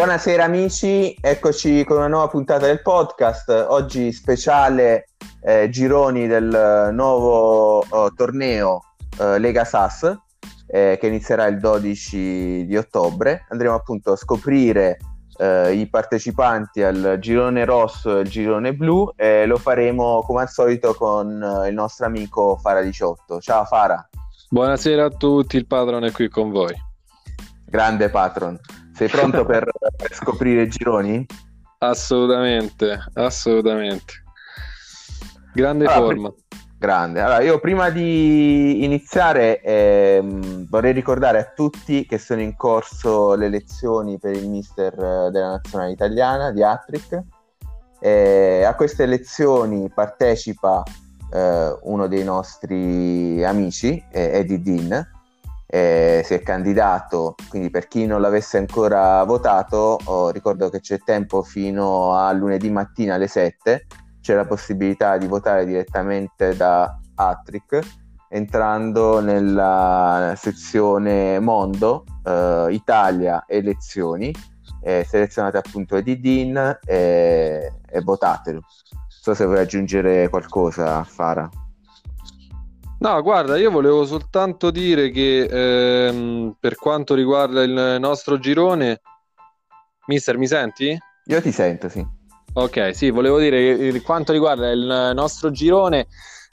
Buonasera amici, eccoci con una nuova puntata del podcast. Oggi speciale gironi del nuovo torneo Lega SAS che inizierà il 12 di ottobre. Andremo appunto a scoprire i partecipanti al girone rosso e il girone blu e lo faremo come al solito con il nostro amico Fara18. Ciao Fara. Buonasera a tutti, il Patron è qui con voi. Grande Patron. Sei pronto per scoprire i gironi? Assolutamente. Grande forma. Grande. Allora, io prima di iniziare vorrei ricordare a tutti che sono in corso le elezioni per il mister della nazionale italiana di Hat-Trick. A queste elezioni partecipa uno dei nostri amici, Eddie Dean. Si è candidato, quindi per chi non l'avesse ancora votato, ricordo che c'è tempo fino a lunedì mattina alle 7, c'è la possibilità di votare direttamente da Hat-Trick entrando nella sezione Mondo, Italia elezioni, selezionate appunto Eddie Dean e votatelo. Non so se vuoi aggiungere qualcosa, Fara. No, guarda, io volevo soltanto dire che per quanto riguarda il nostro girone, mister, mi senti? Io ti sento, sì. Ok, sì, volevo dire che per quanto riguarda il nostro girone,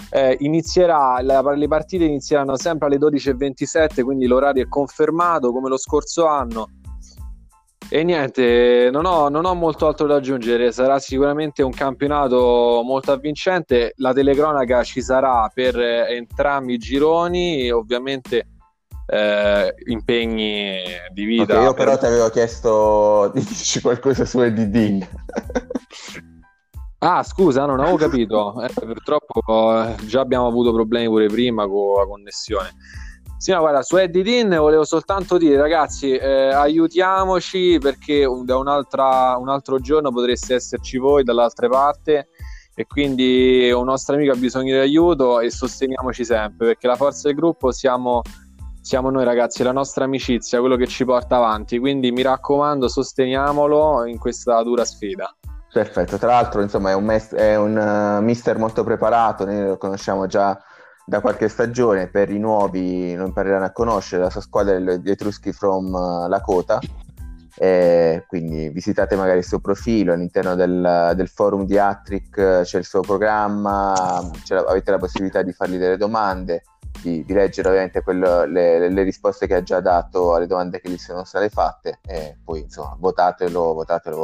le partite inizieranno sempre alle 12:27, quindi l'orario è confermato come lo scorso anno. E niente, non ho molto altro da aggiungere, sarà sicuramente un campionato molto avvincente, la telecronaca ci sarà per entrambi i gironi e ovviamente impegni di vita. Okay, io però ti avevo chiesto di dirci qualcosa su Eddie Dean. Ah, scusa, non avevo capito, purtroppo già abbiamo avuto problemi pure prima con la connessione. Sì, no, guarda, su Eddie Dean volevo soltanto dire, ragazzi, aiutiamoci perché da un altro giorno potreste esserci voi dall'altra parte e quindi un nostro amico ha bisogno di aiuto e sosteniamoci sempre perché la forza del gruppo siamo noi ragazzi, la nostra amicizia, quello che ci porta avanti, quindi mi raccomando sosteniamolo in questa dura sfida. Perfetto, tra l'altro insomma è un mister molto preparato, noi lo conosciamo già da qualche stagione, per i nuovi lo impareranno a conoscere, la sua squadra è gli Etruschi from Lakota, quindi visitate magari il suo profilo, all'interno del forum di Hat-Trick c'è il suo programma, avete la possibilità di fargli delle domande, di leggere ovviamente le risposte che ha già dato alle domande che gli sono state fatte e poi insomma votatelo.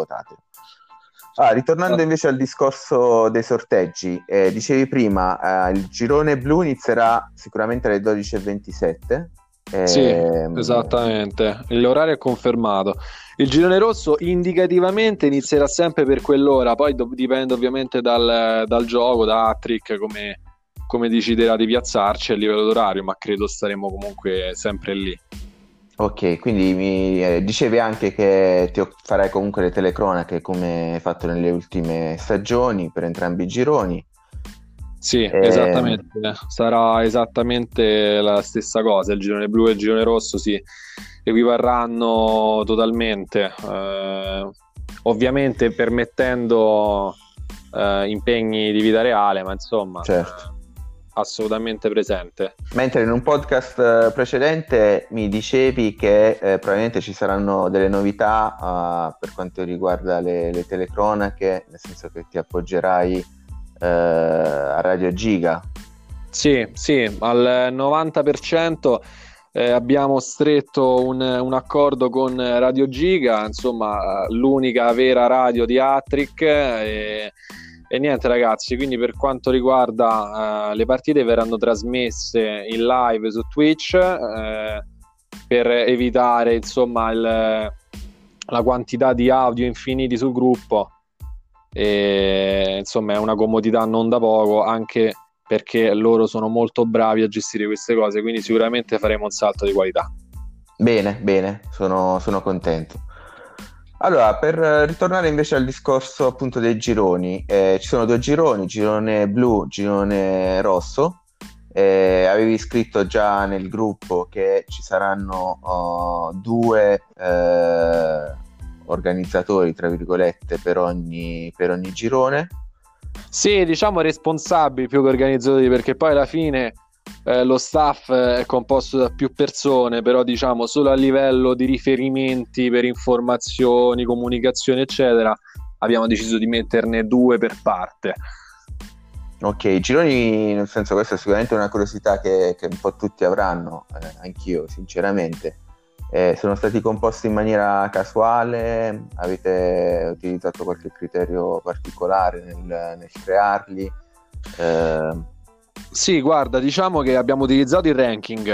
Ritornando invece al discorso dei sorteggi, dicevi prima il girone blu inizierà sicuramente alle 12:27. Sì, esattamente, l'orario è confermato. Il girone rosso indicativamente inizierà sempre per quell'ora, poi dipende ovviamente dal gioco, da Hat-Trick come deciderà di piazzarci a livello d'orario, ma credo staremo comunque sempre lì. Ok, quindi mi dicevi anche che farai comunque le telecronache come hai fatto nelle ultime stagioni per entrambi i gironi. Sì, esattamente, sarà esattamente la stessa cosa, il girone blu e il girone rosso si equivarranno totalmente, ovviamente permettendo impegni di vita reale, ma insomma... Certo. Assolutamente presente. Mentre in un podcast precedente mi dicevi che probabilmente ci saranno delle novità per quanto riguarda le telecronache, nel senso che ti appoggerai a Radio Giga. Sì, al 90% abbiamo stretto un accordo con Radio Giga, insomma l'unica vera radio di Hat-Trick. E niente ragazzi, quindi per quanto riguarda le partite verranno trasmesse in live su Twitch per evitare insomma la quantità di audio infiniti sul gruppo e insomma è una comodità non da poco, anche perché loro sono molto bravi a gestire queste cose, quindi sicuramente faremo un salto di qualità. Bene, sono contento. Allora, per ritornare invece al discorso appunto dei gironi, ci sono due gironi, girone blu, girone rosso. Avevi scritto già nel gruppo che ci saranno due organizzatori, tra virgolette, per ogni girone. Sì, diciamo responsabili più che organizzatori, perché poi alla fine lo staff è composto da più persone, però diciamo solo a livello di riferimenti per informazioni, comunicazioni, eccetera, abbiamo deciso di metterne 2 per parte. Ok, gironi, nel senso, questa è sicuramente una curiosità che un po' tutti avranno, anch'io sinceramente. Sono stati composti in maniera casuale? Avete utilizzato qualche criterio particolare nel crearli? Sì, guarda, diciamo che abbiamo utilizzato il ranking,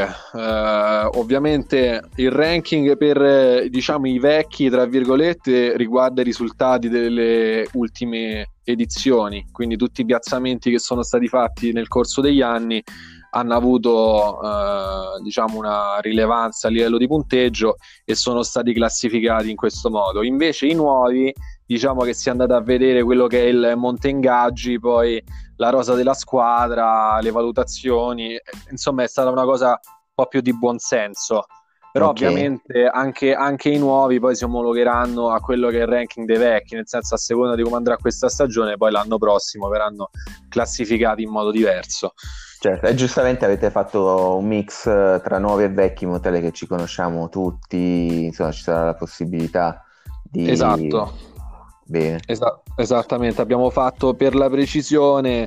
ovviamente il ranking per diciamo i vecchi, tra virgolette, riguarda i risultati delle ultime edizioni, quindi tutti i piazzamenti che sono stati fatti nel corso degli anni hanno avuto diciamo una rilevanza a livello di punteggio e sono stati classificati in questo modo. Invece i nuovi, diciamo che si è andato a vedere quello che è il monte ingaggi, poi la rosa della squadra, le valutazioni, insomma è stata una cosa un po' più di buonsenso. Però Ok. ovviamente anche i nuovi poi si omologheranno a quello che è il ranking dei vecchi, nel senso a seconda di come andrà questa stagione, poi l'anno prossimo verranno classificati in modo diverso. Certo, e giustamente avete fatto un mix tra nuovi e vecchi in modo tale che ci conosciamo tutti, insomma ci sarà la possibilità di... Esatto. Bene, Esattamente, abbiamo fatto per la precisione,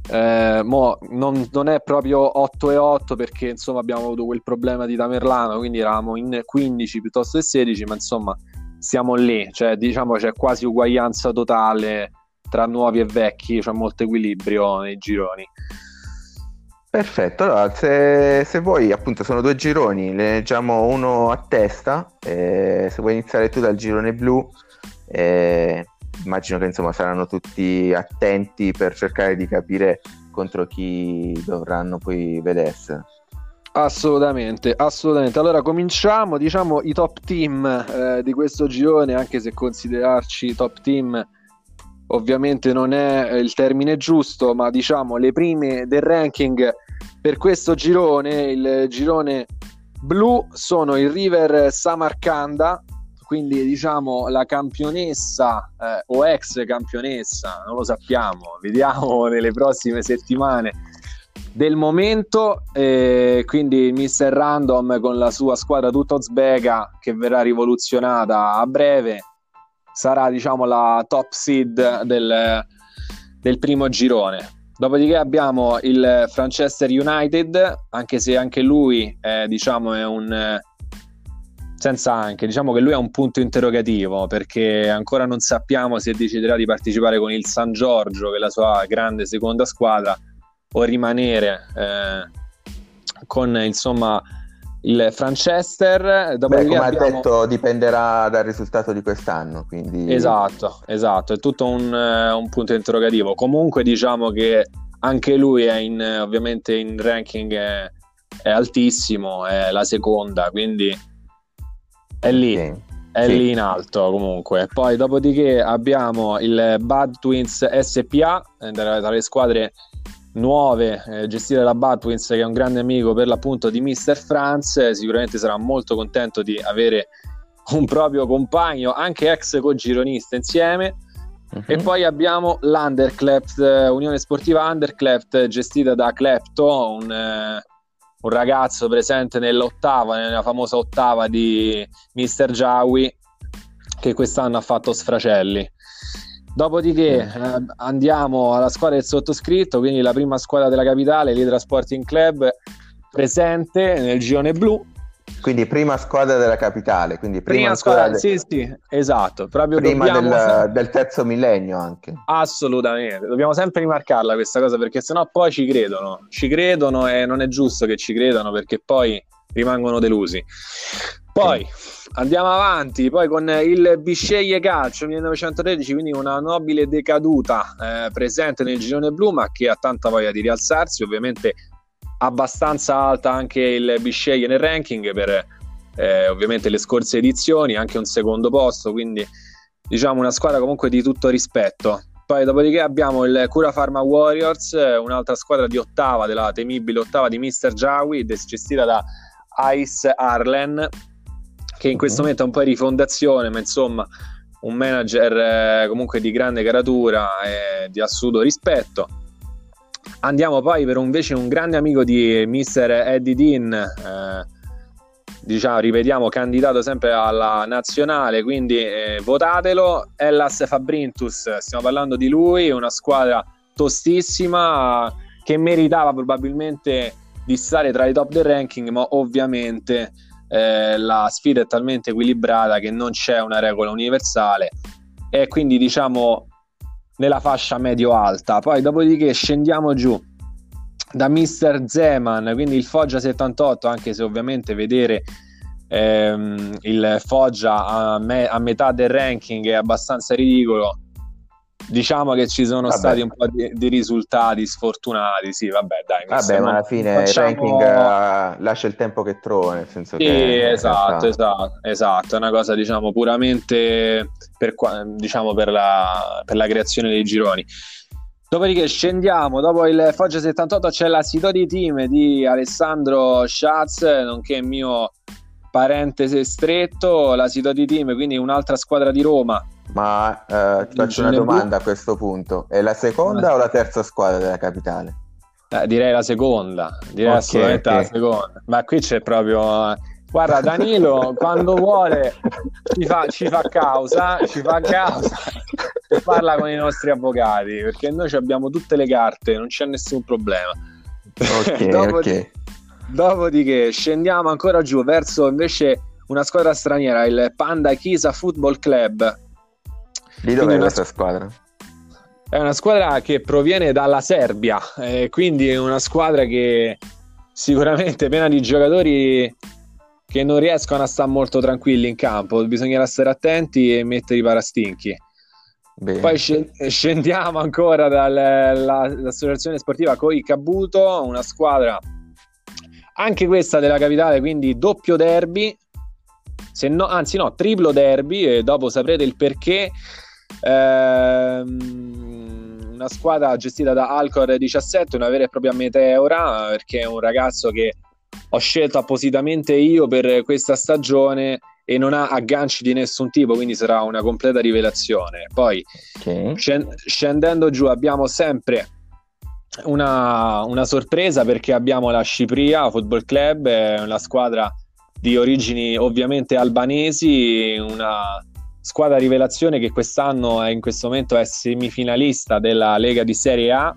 non è proprio 8 e 8 perché insomma abbiamo avuto quel problema di Tamerlano, quindi eravamo in 15 piuttosto che 16, ma insomma siamo lì, cioè diciamo c'è quasi uguaglianza totale tra nuovi e vecchi, c'è molto equilibrio nei gironi. perfetto. Allora, se vuoi, appunto, sono 2 gironi, ne leggiamo uno a testa. Se vuoi iniziare tu dal girone blu, immagino che insomma saranno tutti attenti per cercare di capire contro chi dovranno poi vedersi. Assolutamente, assolutamente. Allora cominciamo, diciamo, i top team di questo girone, anche se considerarci top team ovviamente non è il termine giusto, ma diciamo le prime del ranking per questo girone, il girone blu, sono il River Samarcanda, quindi diciamo la campionessa o ex campionessa, non lo sappiamo, vediamo nelle prossime settimane del momento, quindi il Mister Random con la sua squadra tutta uzbeka che verrà rivoluzionata a breve sarà diciamo la top seed del primo girone. Dopodiché abbiamo il Manchester United, anche se anche lui diciamo è un senza anche, diciamo che lui è un punto interrogativo perché ancora non sappiamo se deciderà di partecipare con il San Giorgio, che è la sua grande seconda squadra, o rimanere con insomma il Manchester. Beh, come ha abbiamo... detto, dipenderà dal risultato di quest'anno, quindi... Esatto, è tutto un punto interrogativo. Comunque diciamo che anche lui è ovviamente in ranking è altissimo, è la seconda, quindi è lì, Okay. è Sì. lì in alto comunque. Poi dopodiché abbiamo il Bad Twins SPA, tra le squadre nuove gestite da Bad Twins, che è un grande amico per l'appunto di Mister Franz. Sicuramente sarà molto contento di avere un proprio compagno, anche ex cogironista insieme. E poi abbiamo l'Underclept, Unione Sportiva Underclept, gestita da Klepto, un ragazzo presente nella famosa ottava di Mister Jawi, che quest'anno ha fatto sfracelli. Dopodiché andiamo alla squadra del sottoscritto, quindi la prima squadra della capitale, l'Hydra Sporting Club, presente nel girone blu. Quindi prima squadra della capitale, quindi Prima squadra, sì, esatto, proprio prima dobbiamo del terzo millennio anche. assolutamente, dobbiamo sempre rimarcarla questa cosa, perché sennò poi ci credono e non è giusto che ci credano, perché poi rimangono delusi. Poi andiamo avanti poi con il Bisceglie Calcio 1913, quindi una nobile decaduta presente nel girone blu, ma che ha tanta voglia di rialzarsi. Ovviamente abbastanza alta anche il Bisceglie nel ranking per ovviamente le scorse edizioni, anche un secondo posto, quindi diciamo una squadra comunque di tutto rispetto. Poi dopodiché abbiamo il Cura Pharma Warriors, un'altra squadra di ottava, della temibile ottava di Mister Jawi, gestita da Ice Arlen, che in questo momento è un po' in rifondazione, ma insomma un manager comunque di grande caratura e di assoluto rispetto. Andiamo poi invece un grande amico di Mr. Eddie Dean, diciamo, ripetiamo, candidato sempre alla nazionale, quindi votatelo, Hellas Fabrintus, stiamo parlando di lui, una squadra tostissima che meritava probabilmente di stare tra i top del ranking, ma ovviamente la sfida è talmente equilibrata che non c'è una regola universale, e quindi diciamo nella fascia medio-alta. Poi dopodiché scendiamo giù da Mr. Zeman, quindi il Foggia 78, anche se ovviamente vedere il Foggia a metà del ranking è abbastanza ridicolo. Diciamo che ci sono stati un po' di risultati sfortunati, sì, vabbè, dai. Vabbè, ma alla fine il ranking lascia il tempo che trova, nel senso che... Esatto, è una cosa, diciamo, puramente per la creazione dei gironi. Dopodiché scendiamo, dopo il Foggia 78 c'è la Sidoti Team di Alessandro Schatz, nonché mio parente stretto, la Sidoti Team, quindi un'altra squadra di Roma. Ma ti faccio una domanda a questo punto: è la seconda o la terza squadra della capitale? Direi la seconda, assolutamente la seconda. Ma qui c'è proprio... Guarda, Danilo quando vuole ci fa causa e parla con i nostri avvocati, perché noi abbiamo tutte le carte, non c'è nessun problema. Dopodiché scendiamo ancora giù verso invece una squadra straniera, il Panda Chisa Football Club. Di dove è questa squadra? È una squadra che proviene dalla Serbia, quindi è una squadra che sicuramente è piena di giocatori che non riescono a stare molto tranquilli in campo, bisognerà stare attenti e mettere i parastinchi. Bene. Poi scendiamo ancora dall'associazione sportiva Coi Cabuto, una squadra anche questa della capitale, quindi doppio derby, triplo derby, e dopo saprete il perché. Una squadra gestita da Alcor 17, una vera e propria meteora, perché è un ragazzo che ho scelto appositamente io per questa stagione e non ha agganci di nessun tipo, quindi sarà una completa rivelazione. Poi scendendo giù abbiamo sempre una sorpresa, perché abbiamo la Scipria Football Club, una squadra di origini ovviamente albanesi, una squadra rivelazione che quest'anno in questo momento è semifinalista della Lega di Serie A.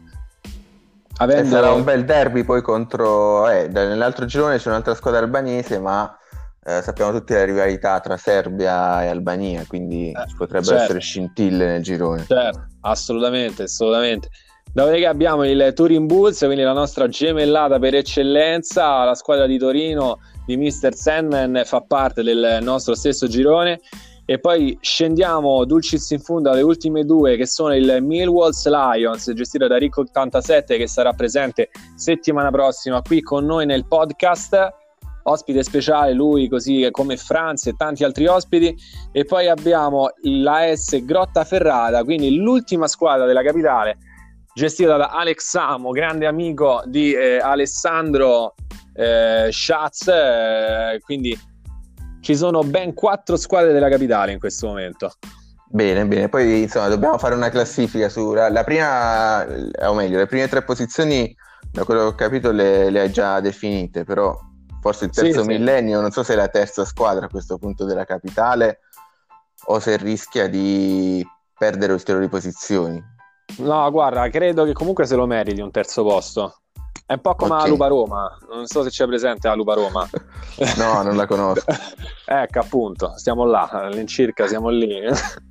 Sarà un bel derby poi contro nell'altro girone c'è un'altra squadra albanese, ma sappiamo tutti la rivalità tra Serbia e Albania, quindi ci potrebbero essere scintille nel girone. Certo, assolutamente. Dopodiché abbiamo il Turin Bulls, quindi la nostra gemellata per eccellenza, la squadra di Torino di Mr. Sandman fa parte del nostro stesso girone. E poi scendiamo dulcis in fondo alle ultime due, che sono il Millwall's Lions, gestito da Ricco 87, che sarà presente settimana prossima qui con noi nel podcast, ospite speciale lui, così come Franz e tanti altri ospiti. E poi abbiamo la S Grottaferrata, quindi l'ultima squadra della capitale, gestita da Alex Samo, grande amico di Alessandro Schatz, quindi ci sono ben 4 squadre della capitale in questo momento. Bene, poi insomma dobbiamo fare una classifica la prima, o meglio, le prime 3 posizioni, da quello che ho capito le hai già definite, però forse il terzo millennio, non so se è la terza squadra a questo punto della capitale o se rischia di perdere ulteriori posizioni. No, guarda, credo che comunque se lo meriti un terzo posto. È un po' come la Lupa Roma, non so se c'è presente la Lupa Roma. No, non la conosco. Ecco, appunto, stiamo là, all'incirca siamo lì.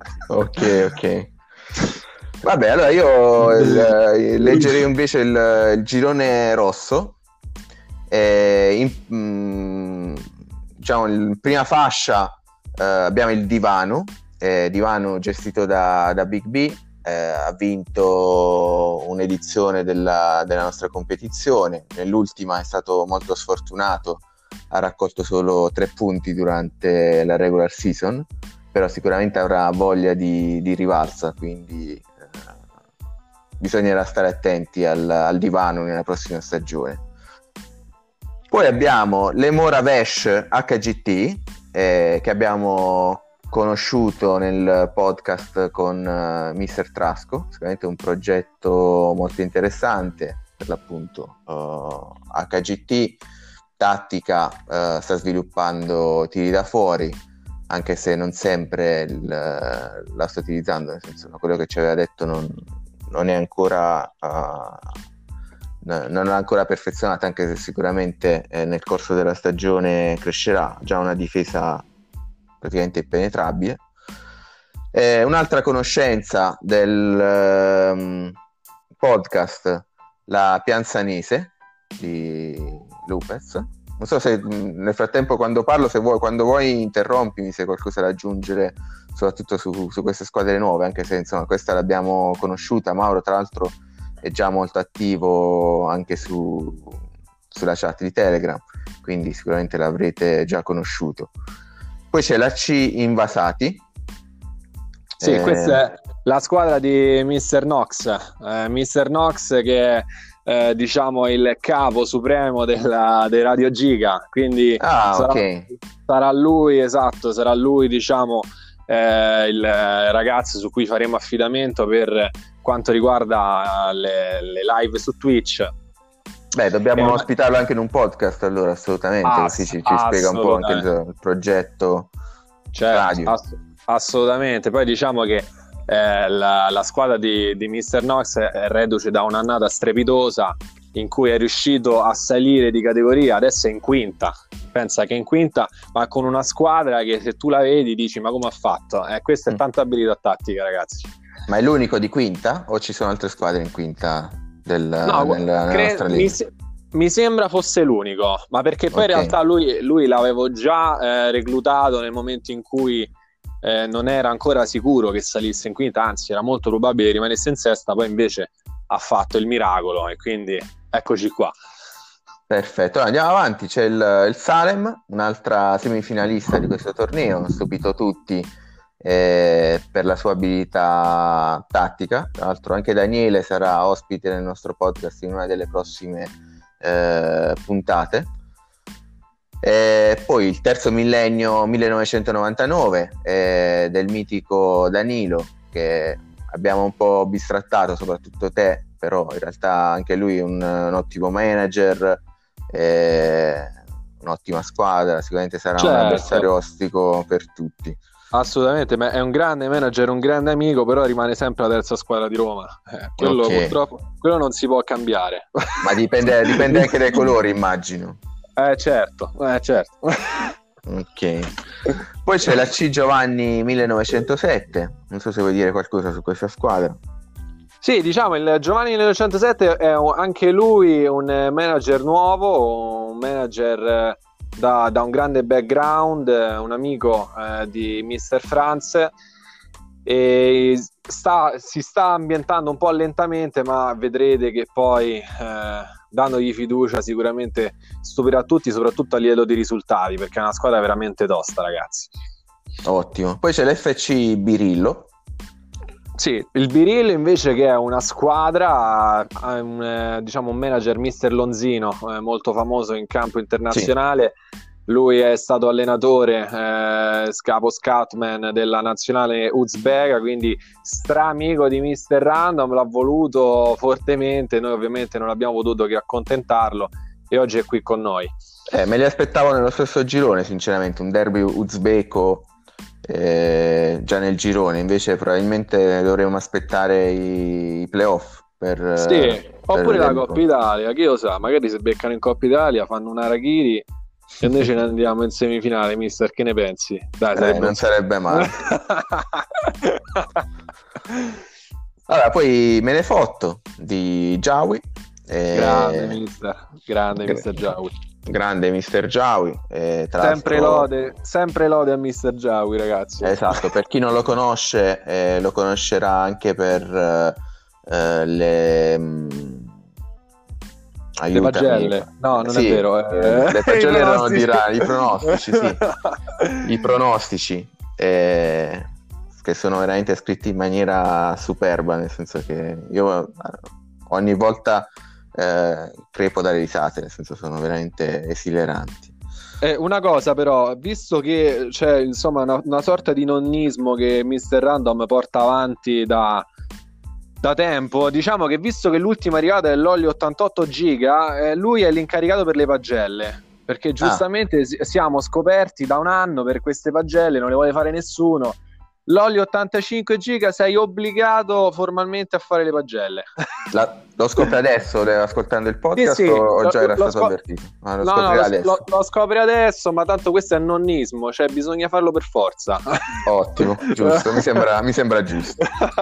Ok. Vabbè, allora io leggerei invece il girone rosso. Diciamo, in prima fascia abbiamo il Divano gestito da Big B. Ha vinto un'edizione della nostra competizione, nell'ultima è stato molto sfortunato, ha raccolto solo 3 punti durante la regular season, però sicuramente avrà voglia di rivalsa, quindi bisognerà stare attenti al Divano nella prossima stagione. Poi abbiamo l'Emora Vesh HGT, che abbiamo conosciuto nel podcast con Mister Trasco, sicuramente un progetto molto interessante per l'appunto. HGT Tattica sta sviluppando tiri da fuori, anche se non sempre la sto utilizzando, nel senso, quello che ci aveva detto non è ancora non è ancora perfezionata, anche se sicuramente nel corso della stagione crescerà. Già una difesa praticamente impenetrabile. Un'altra conoscenza del podcast, la Pianzanese di Lupez. Non so se nel frattempo, quando parlo, quando vuoi interrompimi se hai qualcosa da aggiungere, soprattutto su queste squadre nuove, anche se insomma questa l'abbiamo conosciuta. Mauro tra l'altro è già molto attivo anche sulla chat di Telegram, quindi sicuramente l'avrete già conosciuto. Poi c'è la C Invasati. Sì, questa è la squadra di Mr. Knox. Mr. Knox che è diciamo il capo supremo dei Radio Giga, quindi sarà lui, esatto, sarà lui diciamo il ragazzo su cui faremo affidamento per quanto riguarda le live su Twitch. Beh, dobbiamo ospitarlo anche in un podcast, allora, assolutamente, così ci spiega un po' anche il progetto, certo, radio. Assolutamente. Poi diciamo che la squadra di Mr. Knox è reduce da un'annata strepitosa in cui è riuscito a salire di categoria, adesso è in quinta. Pensa che è in quinta, ma con una squadra che se tu la vedi dici ma come ha fatto? Questa è tanta abilità tattica, ragazzi. Ma è l'unico di quinta o ci sono altre squadre in quinta nella nostra lega? Mi sembra fosse l'unico, ma perché poi in realtà lui l'avevo già reclutato nel momento in cui non era ancora sicuro che salisse in quinta, anzi era molto probabile che rimanesse in sesta, poi invece ha fatto il miracolo e quindi eccoci qua. Perfetto, allora, andiamo avanti. C'è il Salem, un'altra semifinalista di questo torneo, ha stupito tutti per la sua abilità tattica. Tra l'altro anche Daniele sarà ospite nel nostro podcast in una delle prossime puntate. Poi il terzo millennio 1999 del mitico Danilo, che abbiamo un po' bistrattato, soprattutto te, però in realtà anche lui è un ottimo manager, un'ottima squadra, sicuramente sarà un avversario ostico per tutti. Assolutamente, ma è un grande manager, un grande amico, però rimane sempre la terza squadra di Roma. Quello purtroppo non si può cambiare. Ma dipende anche dai colori, immagino. Certo. Ok. Poi c'è la C Giovanni 1907. Non so se vuoi dire qualcosa su questa squadra. Sì, diciamo il Giovanni 1907 è anche lui un manager nuovo, un manager da un grande background, un amico di Mr. Franz, e si sta ambientando un po' lentamente, ma vedrete che poi dandogli fiducia sicuramente stupirà tutti, soprattutto a livello di risultati, perché è una squadra veramente tosta, ragazzi. Ottimo. Poi c'è l'FC Birillo. Sì, il Birillo invece, che è una squadra, diciamo un manager, Mister Lonzino, molto famoso in campo internazionale. Sì. Lui è stato allenatore, capo scoutman della nazionale uzbeka, quindi stramico di Mister Random, l'ha voluto fortemente, noi ovviamente non abbiamo potuto che accontentarlo e oggi è qui con noi. Me li aspettavo nello stesso girone, sinceramente, un derby uzbeko già nel girone, invece probabilmente dovremmo aspettare i playoff oppure la Coppa Italia, chi lo sa, magari se beccano in Coppa Italia fanno una Arachiri e noi ce ne andiamo in semifinale. Mister, che ne pensi? Dai, non sarebbe male. Allora, poi me ne fotto di Giawi, grande Mister Giawi. Grande Mister Giaui, sempre lode a Mister Giaui, ragazzi. Esatto, per chi non lo conosce lo conoscerà anche per le pagelle. No, non sì, è vero. Le pagelle erano i pronostici, sì. I pronostici che sono veramente scritti in maniera superba, nel senso che io ogni volta crepo dalle risate, nel senso sono veramente esileranti. Una cosa però, visto che c'è insomma una sorta di nonnismo che Mr. Random porta avanti da tempo, diciamo che visto che l'ultima arrivata è l'olio 88 giga, lui è l'incaricato per le pagelle, perché Ah, giustamente siamo scoperti da un anno per queste pagelle, non le vuole fare nessuno. L'olio 85 giga sei obbligato formalmente a fare le pagelle. lo scopre adesso, ascoltando il Sì, podcast, sì, o già era lo stato avvertito? Ah, lo no, no, scoprirà adesso. lo scopri adesso, ma tanto questo è nonnismo, cioè bisogna farlo per forza. Ottimo, giusto, mi sembra giusto.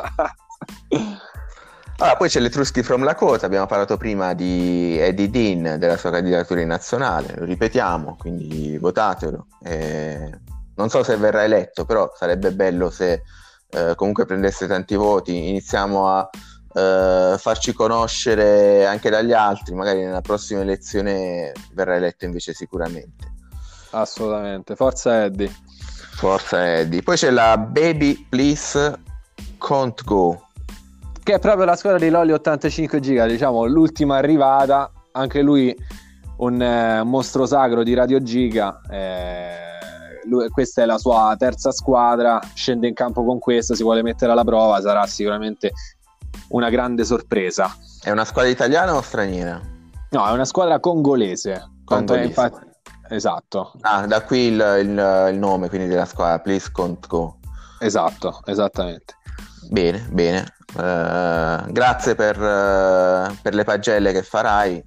Allora, poi c'è l'Etruschi from Lakota, abbiamo parlato prima di Eddie Dean, della sua candidatura in nazionale, lo ripetiamo, quindi votatelo. Non so se verrà eletto, però sarebbe bello se comunque prendesse tanti voti, iniziamo a farci conoscere anche dagli altri, magari nella prossima elezione verrà eletto invece sicuramente. Assolutamente, forza Eddie. Forza Eddie. Poi c'è la Baby Please Can't Go. Che è proprio la squadra di Loli 85 giga, diciamo l'ultima arrivata, anche lui un mostro sacro di Radio Giga, questa è la sua terza squadra, scende in campo con questa, si vuole mettere alla prova, sarà sicuramente una grande sorpresa. È una squadra italiana o straniera? No, è una squadra congolese. Congolese. Infatti, esatto, Ah, da qui il nome quindi della squadra, Please Can't Go. esatto, esattamente. Bene, bene. Grazie per le pagelle che farai.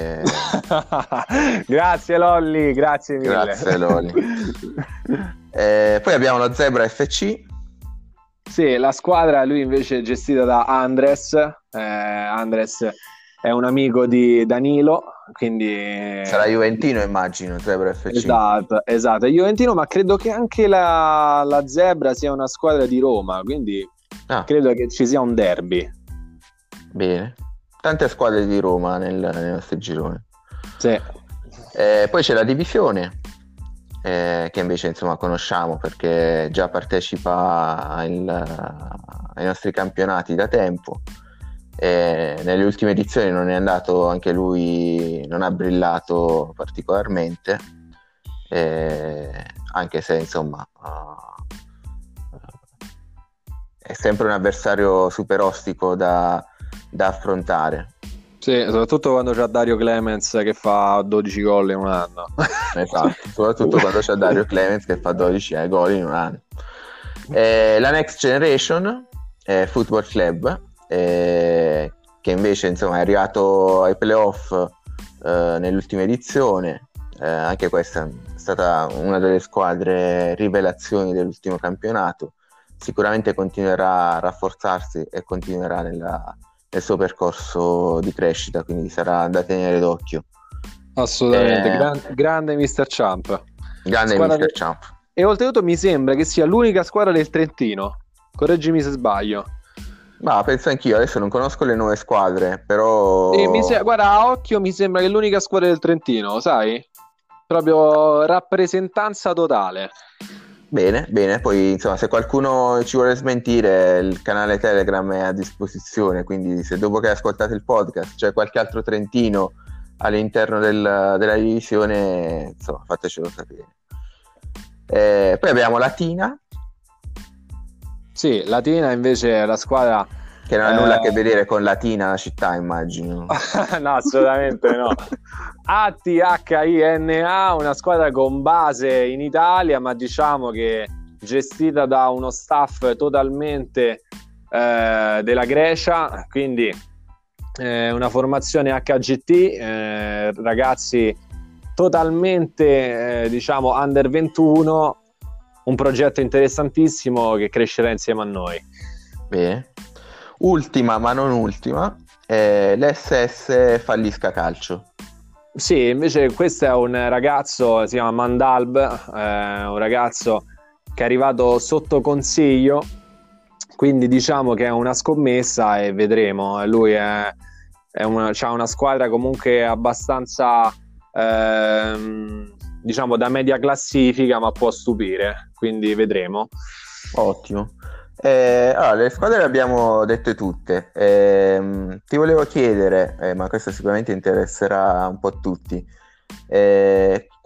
Grazie Lolli, grazie mille. Grazie Loli. Poi abbiamo lo Zebra FC. Sì, la squadra lui invece è gestita da Andres. Andres è un amico di Danilo, quindi Sarà Juventino, immagino, Zebra FC. esatto, esatto, è Juventino, ma credo che anche la Zebra sia una squadra di Roma, quindi Ah, credo che ci sia un derby. bene. Tante squadre di Roma nei nostri gironi. Sì. Poi c'è la divisione, che invece insomma conosciamo perché già partecipa ai nostri campionati da tempo. Nelle ultime edizioni non è andato anche lui, non ha brillato particolarmente, anche se insomma è sempre un avversario super ostico da affrontare. Sì, soprattutto quando c'è Dario Clemens che fa 12 gol in un anno. Esatto, soprattutto quando c'è Dario Clemens che fa 12 gol in un anno. La Next Generation Football Club, che invece insomma è arrivato ai playoff nell'ultima edizione, anche questa è stata una delle squadre rivelazioni dell'ultimo campionato, sicuramente continuerà a rafforzarsi e continuerà nel suo percorso di crescita, quindi sarà da tenere d'occhio. Assolutamente, grande Mr. Champ. Grande Squadra Mr. Champ. E oltretutto mi sembra che sia l'unica squadra del Trentino. Correggimi se sbaglio. Ma penso anch'io, adesso non conosco le nuove squadre, però Guarda, a occhio mi sembra che è l'unica squadra del Trentino, sai? Proprio rappresentanza totale. bene, bene. Poi insomma, se qualcuno ci vuole smentire, il canale Telegram è a disposizione, quindi se dopo che hai ascoltato il podcast c'è qualche altro trentino all'interno della divisione, insomma, fatecelo sapere. Poi abbiamo Latina, Sì, Latina invece è la squadra... che non ha nulla a che vedere con Latina, la città, immagino. No, assolutamente no. ATHINA, una squadra con base in Italia, ma diciamo che gestita da uno staff totalmente della Grecia, quindi una formazione HGT, ragazzi totalmente diciamo under 21, un progetto interessantissimo che crescerà insieme a noi. Bene. Ultima, ma non ultima, l'SS Fallisca Calcio. Sì, invece questo è un ragazzo, si chiama Mandalb, un ragazzo che è arrivato sotto consiglio, quindi diciamo che è una scommessa e vedremo. Lui c'ha una squadra comunque abbastanza, diciamo, da media classifica, ma può stupire, quindi vedremo. Ottimo. Allora, le squadre le abbiamo dette tutte. Ti volevo chiedere, ma questo sicuramente interesserà un po' tutti,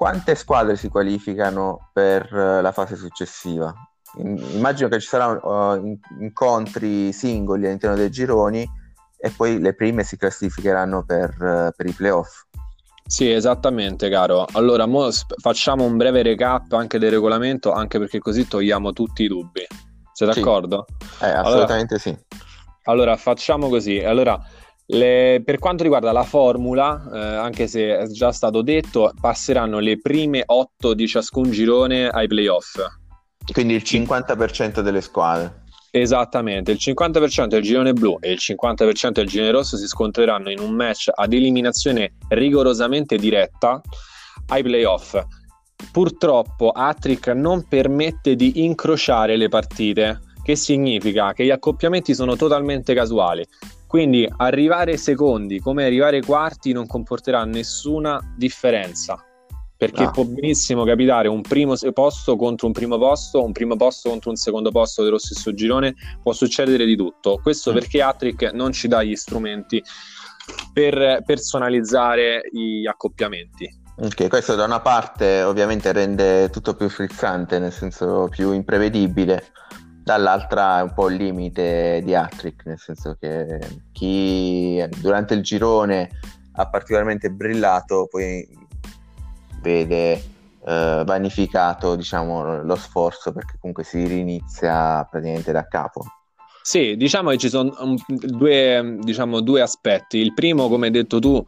quante squadre si qualificano per la fase successiva? Immagino che ci saranno incontri singoli all'interno dei gironi e poi le prime si classificheranno per i playoff. Sì, esattamente, caro. Allora, facciamo un breve recap anche del regolamento, anche perché così togliamo tutti i dubbi. Sei d'accordo? Sì, assolutamente sì. Allora, facciamo così. Allora, per quanto riguarda la formula, anche se è già stato detto, passeranno le prime 8 di ciascun girone ai playoff. Quindi il 50% delle squadre. Esattamente, il 50% del girone blu e il 50% del girone rosso si scontreranno in un match ad eliminazione rigorosamente diretta ai playoff. Purtroppo Hat-Trick non permette di incrociare le partite, che significa che gli accoppiamenti sono totalmente casuali. Quindi arrivare secondi come arrivare quarti non comporterà nessuna differenza, perché può benissimo capitare un primo posto contro un primo posto contro un secondo posto dello stesso girone, può succedere di tutto. Questo perché Hat-Trick non ci dà gli strumenti per personalizzare gli accoppiamenti. Ok, questo da una parte ovviamente rende tutto più frizzante, nel senso più imprevedibile, dall'altra è un po' il limite di Hat-Trick, nel senso che chi durante il girone ha particolarmente brillato poi vede vanificato, diciamo, lo sforzo, perché comunque si rinizia praticamente da capo. Sì, diciamo che ci sono due aspetti. Il primo, come hai detto tu,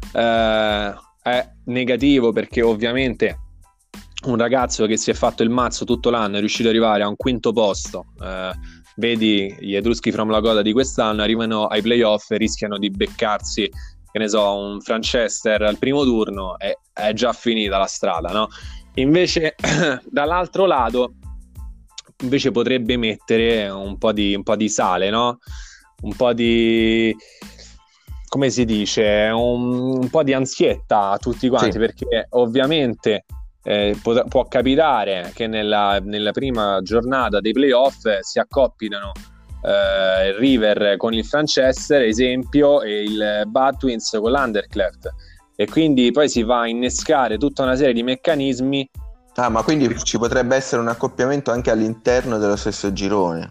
è negativo, perché ovviamente un ragazzo che si è fatto il mazzo tutto l'anno è riuscito ad arrivare a un quinto posto, vedi gli Etruschi from Lagoda di quest'anno, arrivano ai playoff e rischiano di beccarsi, che ne so, un Franchester al primo turno, è già finita la strada, no? Invece dall'altro lato invece potrebbe mettere un po' di sale, no? Un po' di, come si dice, un po' di ansietta a tutti quanti, sì. Perché ovviamente può capitare che nella prima giornata dei playoff si accoppino il River con il Franchester, esempio, e il Bad Twins con l'Undercleft, e quindi poi si va a innescare tutta una serie di meccanismi. Ma quindi ci potrebbe essere un accoppiamento anche all'interno dello stesso girone.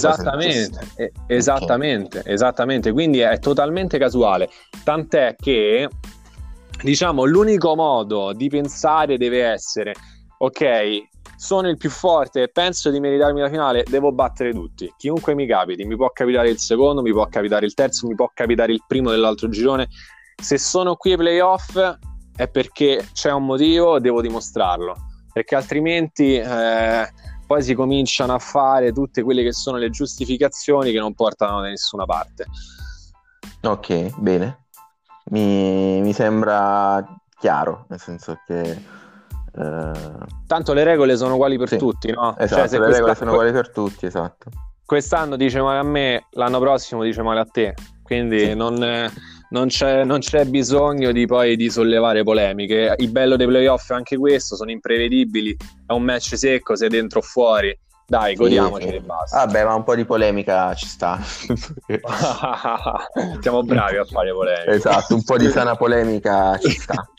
Esattamente, quindi è totalmente casuale, tant'è che, diciamo, l'unico modo di pensare deve essere: ok, sono il più forte, penso di meritarmi la finale, devo battere tutti, chiunque mi capiti, mi può capitare il secondo, mi può capitare il terzo, mi può capitare il primo dell'altro girone. Se sono qui ai playoff è perché c'è un motivo, devo dimostrarlo, perché altrimenti poi si cominciano a fare tutte quelle che sono le giustificazioni che non portano da nessuna parte. Ok, bene, mi sembra chiaro, nel senso che tanto le regole sono uguali per tutti, no? Esatto, cioè, le regole sono uguali per tutti, esatto. Quest'anno dice male a me, l'anno prossimo dice male a te, quindi sì. non c'è bisogno di sollevare polemiche. Il bello dei playoff è anche questo, sono imprevedibili, è un match secco, sei dentro o fuori, dai, godiamoceli e basta. Vabbè, ma un po' di polemica ci sta. Siamo bravi a fare polemica. Esatto, un po' di sana polemica ci sta.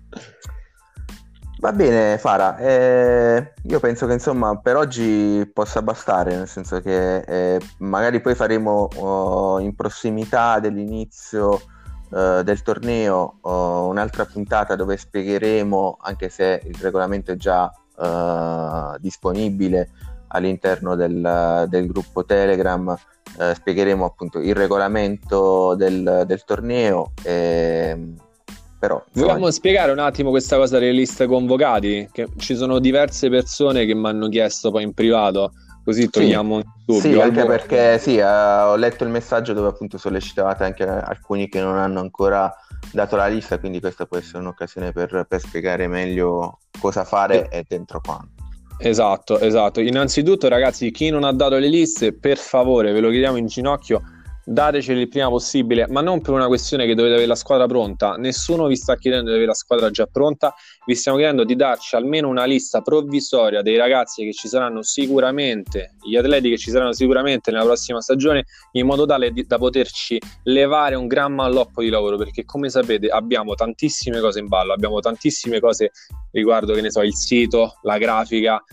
Va bene, Fara, io penso che insomma per oggi possa bastare, nel senso che magari poi faremo in prossimità dell'inizio del torneo un'altra puntata dove spiegheremo, anche se il regolamento è già disponibile all'interno del gruppo Telegram, spiegheremo appunto il regolamento del torneo. Però vogliamo spiegare un attimo questa cosa delle liste convocati, che ci sono diverse persone che mi hanno chiesto poi in privato, così togliamo un dubbio. Sì, anche perché ho letto il messaggio dove appunto sollecitavate anche alcuni che non hanno ancora dato la lista, quindi questa può essere un'occasione per spiegare meglio cosa fare e dentro quando. Esatto. Innanzitutto, ragazzi, chi non ha dato le liste, per favore, ve lo chiediamo in ginocchio, dateceli il prima possibile, ma non per una questione che dovete avere la squadra pronta. Nessuno vi sta chiedendo di avere la squadra già pronta, vi stiamo chiedendo di darci almeno una lista provvisoria dei ragazzi che ci saranno sicuramente, gli atleti che ci saranno sicuramente nella prossima stagione, in modo tale da poterci levare un gran malloppo di lavoro, perché come sapete abbiamo tantissime cose in ballo, abbiamo tantissime cose riguardo, che ne so, il sito, la grafica,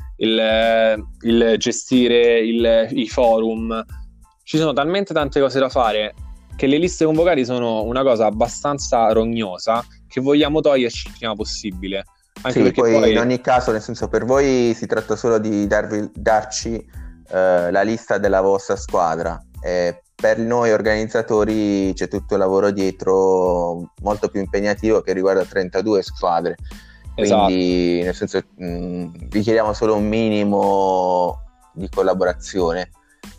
il gestire i forum. Ci sono talmente tante cose da fare che le liste convocate sono una cosa abbastanza rognosa che vogliamo toglierci il prima possibile. Anche Sì, perché poi in ogni caso, nel senso, per voi si tratta solo di darci la lista della vostra squadra. Per noi organizzatori c'è tutto il lavoro dietro molto più impegnativo che riguarda 32 squadre. Quindi, nel senso, vi chiediamo solo un minimo di collaborazione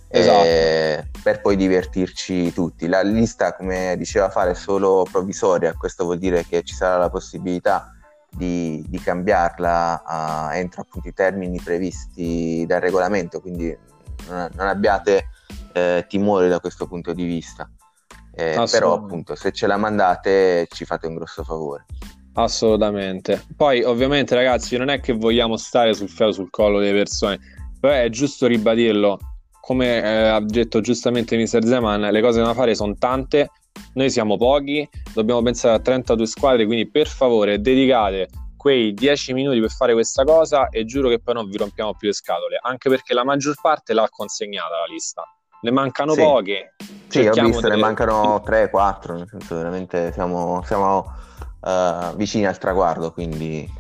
per poi divertirci tutti. La lista, come diceva Fare, è solo provvisoria. Questo vuol dire che ci sarà la possibilità di cambiarla entro appunto i termini previsti dal regolamento, quindi non abbiate timore da questo punto di vista, però appunto se ce la mandate ci fate un grosso favore. Assolutamente. Poi ovviamente, ragazzi, non è che vogliamo stare sul fiato sul collo delle persone, però è giusto ribadirlo, come ha detto giustamente Mr. Zeman, le cose da fare sono tante, noi siamo pochi, dobbiamo pensare a 32 squadre, quindi per favore dedicate quei 10 minuti per fare questa cosa e giuro che poi non vi rompiamo più le scatole, anche perché la maggior parte l'ha consegnata la lista, ne mancano poche. Sì, ho visto, ne mancano 3-4, nel senso veramente siamo vicini al traguardo, quindi...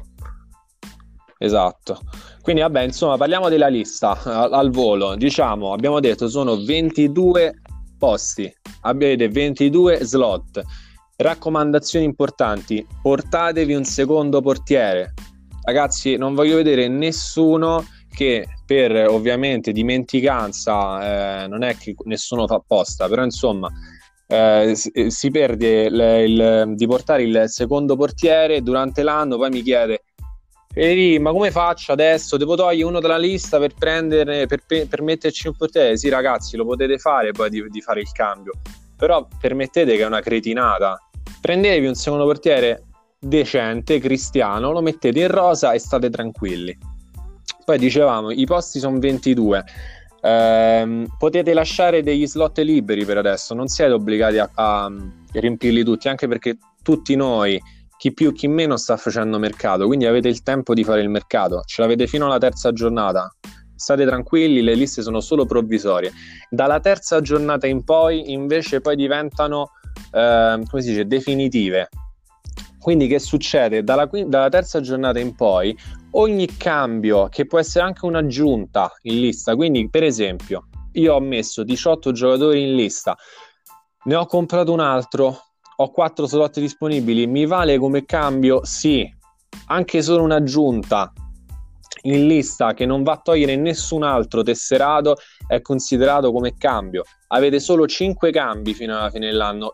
Esatto. Quindi vabbè, insomma, parliamo della lista al volo. Diciamo, abbiamo detto sono 22 posti, avete 22 slot. Raccomandazioni importanti: portatevi un secondo portiere. Ragazzi, non voglio vedere nessuno che per ovviamente dimenticanza, non è che nessuno fa apposta, però insomma si perde di portare il secondo portiere durante l'anno, poi mi chiede: ma come faccio adesso? Devo togliere uno dalla lista per prenderne, per metterci un portiere? Sì, ragazzi, lo potete fare poi di fare il cambio, però permettete che è una cretinata. Prendetevi un secondo portiere decente, cristiano, lo mettete in rosa e state tranquilli. Poi dicevamo, i posti sono 22. Potete lasciare degli slot liberi per adesso, non siete obbligati a riempirli tutti, anche perché tutti noi, chi più chi meno, sta facendo mercato, quindi avete il tempo di fare il mercato, ce l'avete fino alla terza giornata, state tranquilli, le liste sono solo provvisorie. Dalla terza giornata in poi invece poi diventano come si dice, definitive. Quindi che succede? Dalla terza giornata in poi ogni cambio, che può essere anche un'aggiunta in lista, quindi per esempio io ho messo 18 giocatori in lista, ne ho comprato un altro, ho 4 slot disponibili, mi vale come cambio? Sì, anche solo un'aggiunta in lista che non va a togliere nessun altro tesserato è considerato come cambio. Avete solo 5 cambi fino alla fine dell'anno.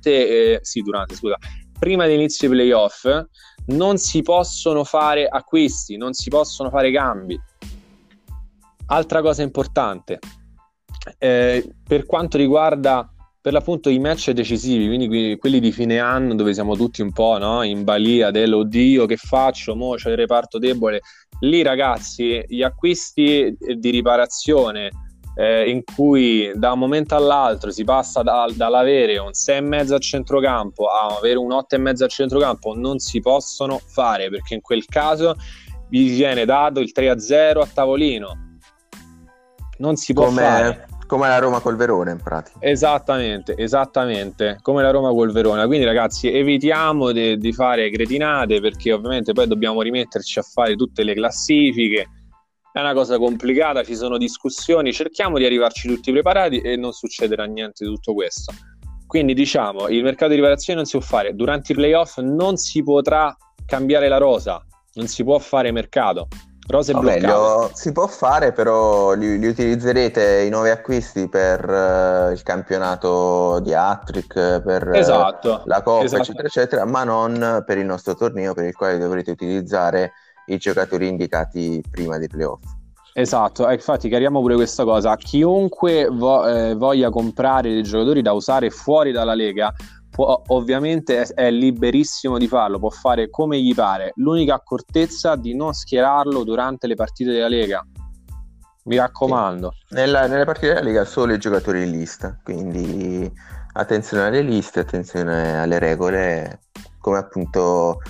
Prima dell'inizio dei playoff non si possono fare acquisti, non si possono fare cambi. Altra cosa importante, per quanto riguarda per l'appunto i match decisivi, quindi quelli di fine anno dove siamo tutti un po', no, in balia dell'oddio, che faccio, mo c'è il reparto debole. Lì, ragazzi, gli acquisti di riparazione in cui da un momento all'altro si passa dall'avere un 6,5 a centrocampo a avere un 8,5 a centrocampo non si possono fare, perché in quel caso vi viene dato il 3-0 a tavolino. Non si può fare. Come la Roma col Verona, in pratica. Esattamente, come la Roma col Verona. Quindi, ragazzi, evitiamo di fare cretinate, perché ovviamente poi dobbiamo rimetterci a fare tutte le classifiche. È una cosa complicata, ci sono discussioni, cerchiamo di arrivarci tutti preparati e non succederà niente di tutto questo. Quindi diciamo, il mercato di riparazione non si può fare, durante i playoff non si potrà cambiare la rosa, non si può fare mercato, rose bloccate. Si può fare, però li utilizzerete i nuovi acquisti per il campionato di Hat-Trick, per la Coppa, eccetera, eccetera, ma non per il nostro torneo, per il quale dovrete utilizzare i giocatori indicati prima dei playoff. Esatto, infatti chiariamo pure questa cosa: chiunque voglia comprare dei giocatori da usare fuori dalla Lega ovviamente è liberissimo di farlo, può fare come gli pare. L'unica accortezza di non schierarlo durante le partite della Lega, mi raccomando. Sì. Nelle partite della Lega solo i giocatori in lista, quindi attenzione alle liste, attenzione alle regole, come appunto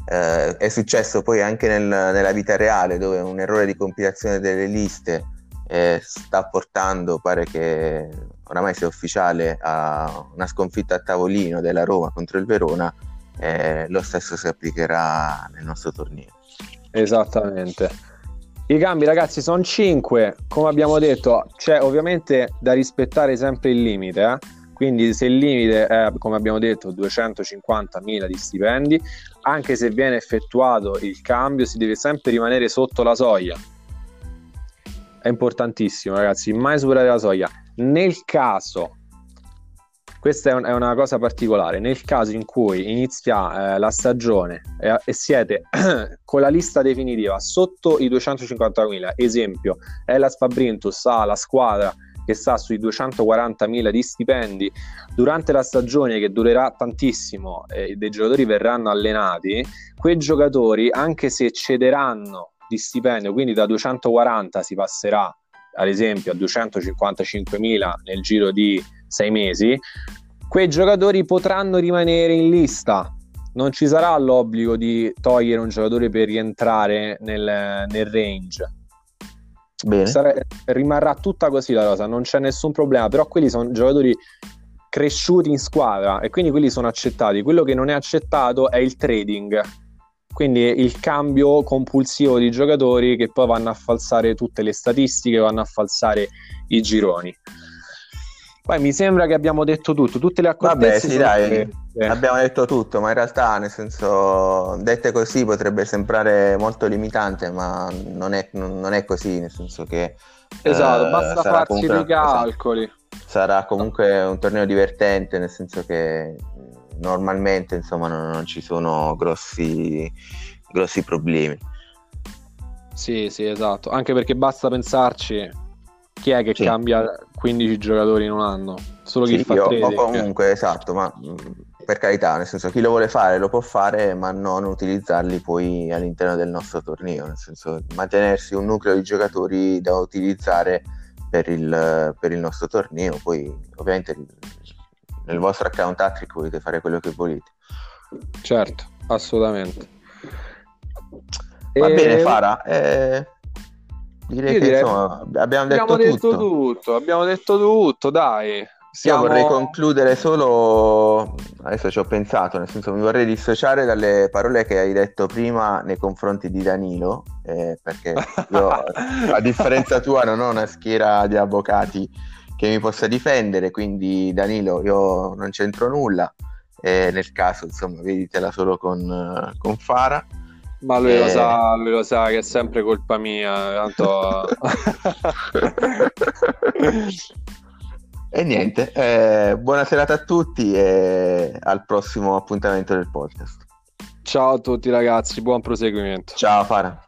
È successo poi anche nella vita reale, dove un errore di compilazione delle liste sta portando, pare che oramai sia ufficiale, a una sconfitta a tavolino della Roma contro il Verona. Lo stesso si applicherà nel nostro torneo. Esattamente. I cambi, ragazzi, sono 5, come abbiamo detto. C'è ovviamente da rispettare sempre il limite, quindi se il limite è, come abbiamo detto, 250.000 di stipendi, anche se viene effettuato il cambio si deve sempre rimanere sotto la soglia. È importantissimo, ragazzi, mai superare la soglia. Nel caso, questa è una cosa particolare, nel caso in cui inizia la stagione e siete con la lista definitiva sotto i 250.000, esempio Hellas Fabrintus ha la squadra che sta sui 240.000 di stipendi, durante la stagione che durerà tantissimo, dei giocatori verranno allenati, quei giocatori, anche se cederanno di stipendio, quindi da 240 si passerà ad esempio a 255.000 nel giro di 6 mesi, quei giocatori potranno rimanere in lista. Non ci sarà l'obbligo di togliere un giocatore per rientrare nel range. Bene. Rimarrà tutta così la cosa, non c'è nessun problema, però quelli sono giocatori cresciuti in squadra e quindi quelli sono accettati. Quello che non è accettato è il trading, quindi il cambio compulsivo di giocatori che poi vanno a falsare tutte le statistiche, vanno a falsare i gironi. Poi mi sembra che abbiamo detto tutto, tutte le accortezze. Vabbè, sì, dai, abbiamo detto tutto, ma in realtà, nel senso, dette così potrebbe sembrare molto limitante, ma non è così, nel senso che esatto, basta sarà farsi comunque dei calcoli. sarà comunque un torneo divertente, nel senso che normalmente, insomma, non ci sono grossi problemi. Sì, esatto, anche perché basta pensarci, chi è che Sì. cambia 15 giocatori in un anno? Solo chi Sì, fa o trading. comunque, esatto, ma per carità, nel senso, chi lo vuole fare lo può fare, ma non utilizzarli poi all'interno del nostro torneo, nel senso, mantenersi un nucleo di giocatori da utilizzare per il nostro torneo. Poi ovviamente nel vostro account Hattrick potete fare quello che volete. Certo, assolutamente. Va bene, Fara, direi Io che direi insomma abbiamo detto tutto. abbiamo detto tutto, dai. Io vorrei Siamo... concludere solo, adesso ci ho pensato, nel senso mi vorrei dissociare dalle parole che hai detto prima nei confronti di Danilo, perché io, a differenza tua, non ho una schiera di avvocati che mi possa difendere, quindi Danilo, io non c'entro nulla, nel caso, insomma, veditela solo con Fara. Ma lui lo sa che è sempre colpa mia, tanto... E niente, buona serata a tutti e al prossimo appuntamento del podcast. Ciao a tutti ragazzi, buon proseguimento. Ciao Fara.